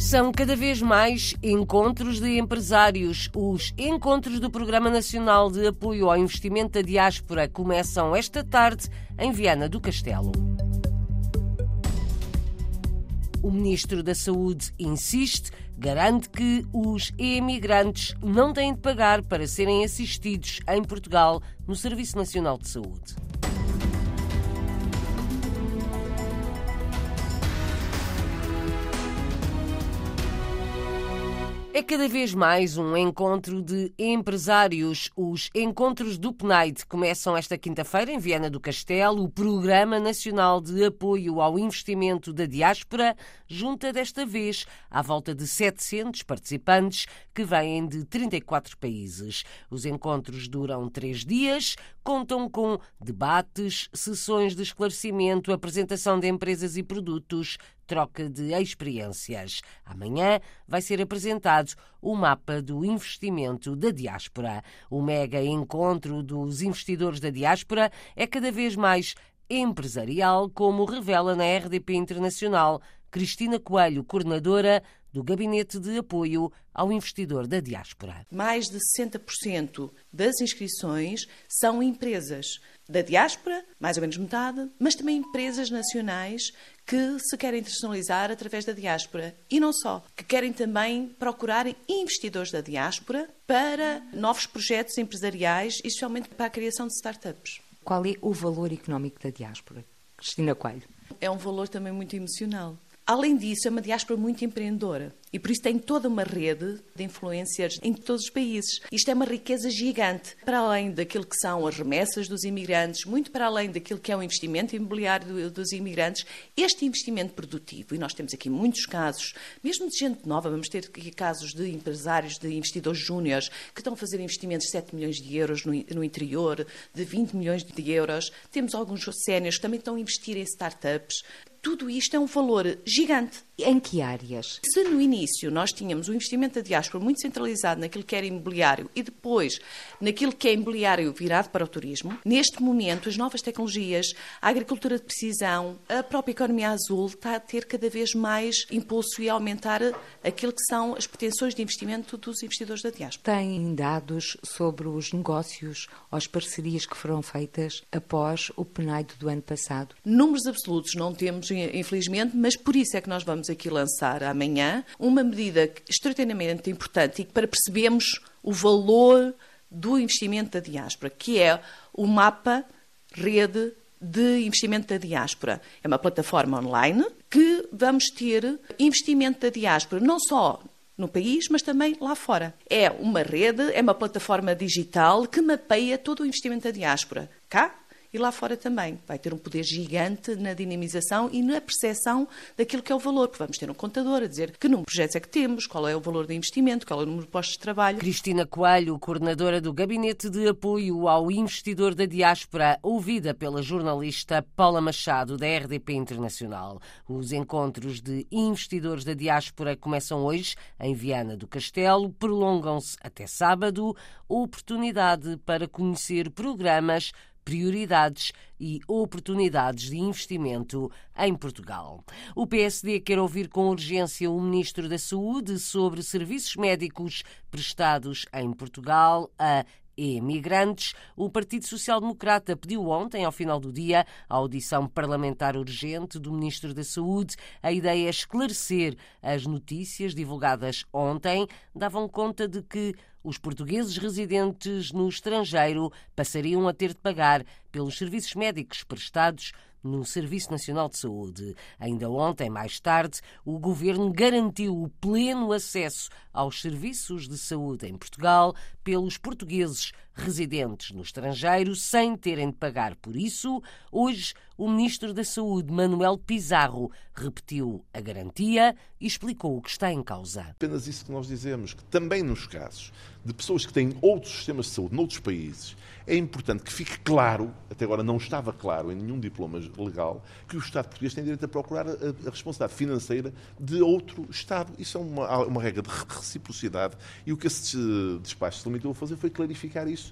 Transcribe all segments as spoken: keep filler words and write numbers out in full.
São cada vez mais encontros de empresários. Os encontros do Programa Nacional de Apoio ao Investimento da Diáspora começam esta tarde em Viana do Castelo. O Ministro da Saúde insiste, garante que os emigrantes não têm de pagar para serem assistidos em Portugal no Serviço Nacional de Saúde. É cada vez mais um encontro de empresários. Os encontros do P N A I D começam esta quinta-feira em Viana do Castelo. O Programa Nacional de Apoio ao Investimento da Diáspora junta desta vez à volta de setecentos participantes que vêm de trinta e quatro países. Os encontros duram três dias, contam com debates, sessões de esclarecimento, apresentação de empresas e produtos, troca de experiências. Amanhã vai ser apresentado o mapa do investimento da diáspora. O mega encontro dos investidores da diáspora é cada vez mais empresarial, como revela na R D P Internacional Cristina Coelho, coordenadora do Gabinete de Apoio ao Investidor da Diáspora. Mais de sessenta por cento das inscrições são empresas da diáspora, mais ou menos metade, mas também empresas nacionais que se querem internacionalizar através da diáspora. E não só, que querem também procurar investidores da diáspora para novos projetos empresariais e especialmente para a criação de startups. Qual é o valor económico da diáspora? Cristina Coelho. É um valor também muito emocional. Além disso, é uma diáspora muito empreendedora e por isso tem toda uma rede de influencers em todos os países. Isto é uma riqueza gigante, para além daquilo que são as remessas dos imigrantes, muito para além daquilo que é o investimento imobiliário dos imigrantes, este investimento produtivo, e nós temos aqui muitos casos, mesmo de gente nova, vamos ter aqui casos de empresários, de investidores júniores, que estão a fazer investimentos de sete milhões de euros no, no interior, de vinte milhões de euros. Temos alguns séniores que também estão a investir em startups. Tudo isto é um valor gigante. Em que áreas? Se no início nós tínhamos o investimento da diáspora muito centralizado naquilo que era imobiliário e depois naquilo que é imobiliário virado para o turismo, neste momento as novas tecnologias, a agricultura de precisão, a própria economia azul está a ter cada vez mais impulso e a aumentar aquilo que são as pretensões de investimento dos investidores da diáspora. Tem dados sobre os negócios ou as parcerias que foram feitas após o P N A I D do ano passado? Números absolutos não temos, infelizmente, mas por isso é que nós vamos aqui lançar amanhã uma medida extraordinariamente importante e para percebermos o valor do investimento da diáspora, que é o mapa rede de investimento da diáspora. É uma plataforma online que vamos ter investimento da diáspora, não só no país, mas também lá fora. É uma rede, é uma plataforma digital que mapeia todo o investimento da diáspora. Cá e lá fora também. Vai ter um poder gigante na dinamização e na percepção daquilo que é o valor, porque vamos ter um contador a dizer que número de projetos é que temos, qual é o valor de investimento, qual é o número de postos de trabalho. Cristina Coelho, coordenadora do Gabinete de Apoio ao Investidor da Diáspora, ouvida pela jornalista Paula Machado, da R D P Internacional. Os encontros de investidores da diáspora começam hoje em Viana do Castelo, prolongam-se até sábado, oportunidade para conhecer programas, prioridades e oportunidades de investimento em Portugal. O P S D quer ouvir com urgência o Ministro da Saúde sobre serviços médicos prestados em Portugal a emigrantes. O Partido Social Democrata pediu ontem, ao final do dia, a audição parlamentar urgente do Ministro da Saúde. A ideia é esclarecer as notícias divulgadas ontem. Davam conta de que os portugueses residentes no estrangeiro passariam a ter de pagar pelos serviços médicos prestados no Serviço Nacional de Saúde. Ainda ontem, mais tarde, o Governo garantiu o pleno acesso aos serviços de saúde em Portugal pelos portugueses residentes no estrangeiro, sem terem de pagar por isso. Hoje, o Ministro da Saúde, Manuel Pizarro, repetiu a garantia e explicou o que está em causa. Apenas isso que nós dizemos, que também nos casos de pessoas que têm outros sistemas de saúde noutros países, é importante que fique claro, até agora não estava claro em nenhum diploma legal, que o Estado português tem direito a procurar a, a responsabilidade financeira de outro Estado. Isso é uma, uma regra de reciprocidade e o que esse despacho se limitou a fazer foi clarificar isso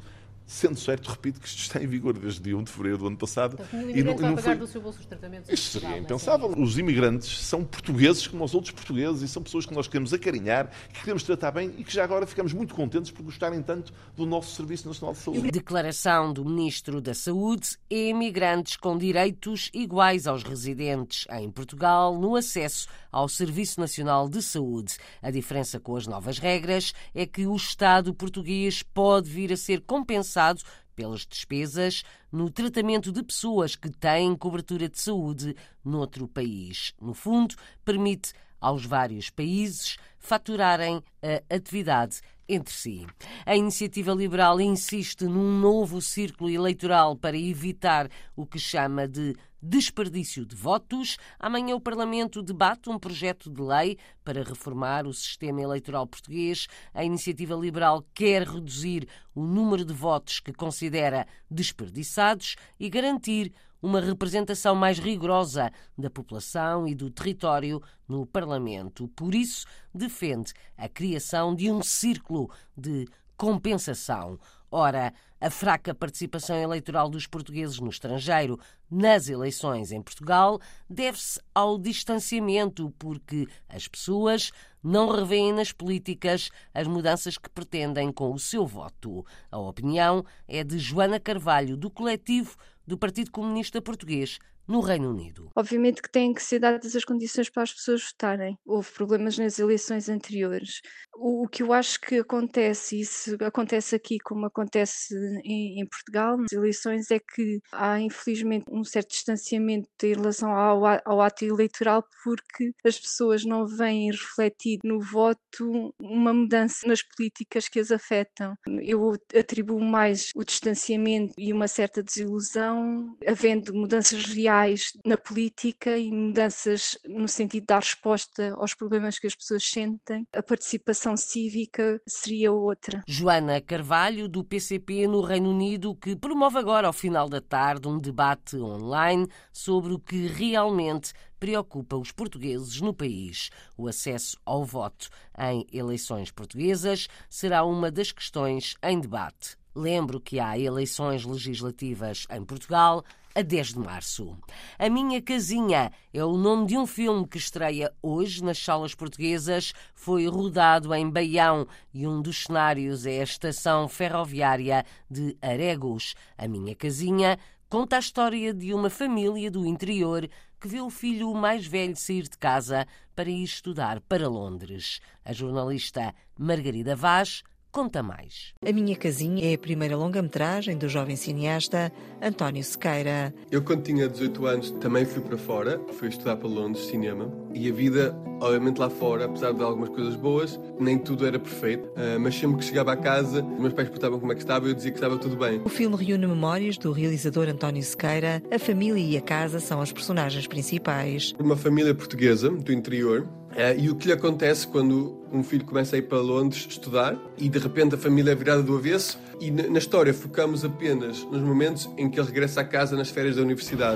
Sendo certo, repito, que isto está em vigor desde dia primeiro de fevereiro do ano passado. Então, o e imigrante não, vai não pagar foi... do seu bolso os tratamentos. Isto seria impensável. Os imigrantes são portugueses como os outros portugueses e são pessoas que nós queremos acarinhar, que queremos tratar bem e que já agora ficamos muito contentes por gostarem tanto do nosso Serviço Nacional de Saúde. Declaração do Ministro da Saúde: imigrantes com direitos iguais aos residentes em Portugal no acesso ao Serviço Nacional de Saúde. A diferença com as novas regras é que o Estado português pode vir a ser compensado pelas despesas no tratamento de pessoas que têm cobertura de saúde noutro país. No fundo, permite aos vários países faturarem a atividade entre si. A Iniciativa Liberal insiste num novo círculo eleitoral para evitar o que chama de desperdício de votos. Amanhã o Parlamento debate um projeto de lei para reformar o sistema eleitoral português. A Iniciativa Liberal quer reduzir o número de votos que considera desperdiçados e garantir uma representação mais rigorosa da população e do território no Parlamento. Por isso, defende a criação de um círculo de compensação. Ora, a fraca participação eleitoral dos portugueses no estrangeiro nas eleições em Portugal deve-se ao distanciamento, porque as pessoas não revêem nas políticas as mudanças que pretendem com o seu voto. A opinião é de Joana Carvalho, do coletivo do Partido Comunista Português no Reino Unido. Obviamente que têm que ser dadas as condições para as pessoas votarem. Houve problemas nas eleições anteriores. O, o que eu acho que acontece, e isso acontece aqui como acontece em, em Portugal, nas eleições, é que há infelizmente um certo distanciamento em relação ao, ao ato eleitoral, porque as pessoas não veem refletido no voto uma mudança nas políticas que as afetam. Eu atribuo mais o distanciamento e uma certa desilusão, havendo mudanças reais na política e mudanças no sentido de dar resposta aos problemas que as pessoas sentem. A participação cívica seria outra. Joana Carvalho, do P C P no Reino Unido, que promove agora, ao final da tarde, um debate online sobre o que realmente preocupa os portugueses no país. O acesso ao voto em eleições portuguesas será uma das questões em debate. Lembro que há eleições legislativas em Portugal a dez de março. A Minha Casinha é o nome de um filme que estreia hoje nas salas portuguesas. Foi rodado em Baião e um dos cenários é a estação ferroviária de Aregos. A Minha Casinha conta a história de uma família do interior que vê o filho mais velho sair de casa para ir estudar para Londres. A jornalista Margarida Vaz conta mais. A Minha Casinha é a primeira longa-metragem do jovem cineasta António Sequeira. Eu, quando tinha dezoito anos, também fui para fora, fui estudar para Londres, cinema, e a vida, obviamente lá fora, apesar de algumas coisas boas, nem tudo era perfeito, mas sempre que chegava a casa, os meus pais perguntavam como é que estava e eu dizia que estava tudo bem. O filme reúne memórias do realizador António Sequeira. A família e a casa são as personagens principais. Uma família portuguesa, do interior, e o que lhe acontece quando um filho começa a ir para Londres estudar e de repente a família é virada do avesso, e na história focamos apenas nos momentos em que ele regressa a casa nas férias da universidade.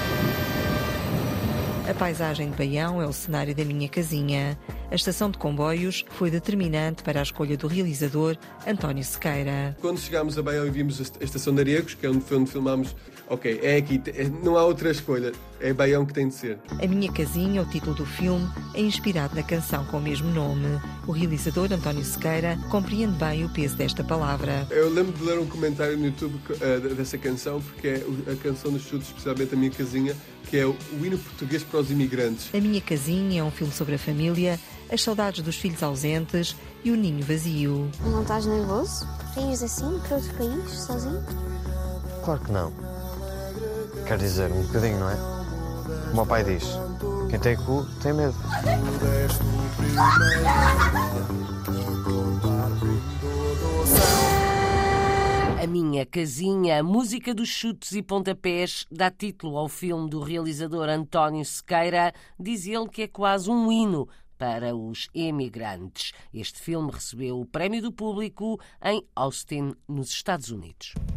A paisagem de Baião é o cenário da Minha Casinha. A estação de comboios foi determinante para a escolha do realizador António Sequeira. Quando chegámos a Baião e vimos a estação de Aregos, que é onde, onde filmámos, ok, é aqui, não há outra escolha, é Baião que tem de ser. A Minha Casinha, o título do filme, é inspirado na canção com o mesmo nome. O realizador António Sequeira compreende bem o peso desta palavra. Eu lembro de ler um comentário no YouTube uh, dessa canção, porque é a canção dos chutes, especialmente A Minha Casinha, que é o hino português para os imigrantes. A Minha Casinha é um filme sobre a família, as saudades dos filhos ausentes e o ninho vazio. Não estás nervoso para ires assim para outro país, sozinho? Claro que não. Quer dizer, um bocadinho, não é? O meu pai diz, quem tem cu tem medo. A Minha Casinha, a música dos chutes e pontapés, dá título ao filme do realizador António Sequeira. Diz ele que é quase um hino para os emigrantes. Este filme recebeu o Prémio do Público em Austin, nos Estados Unidos.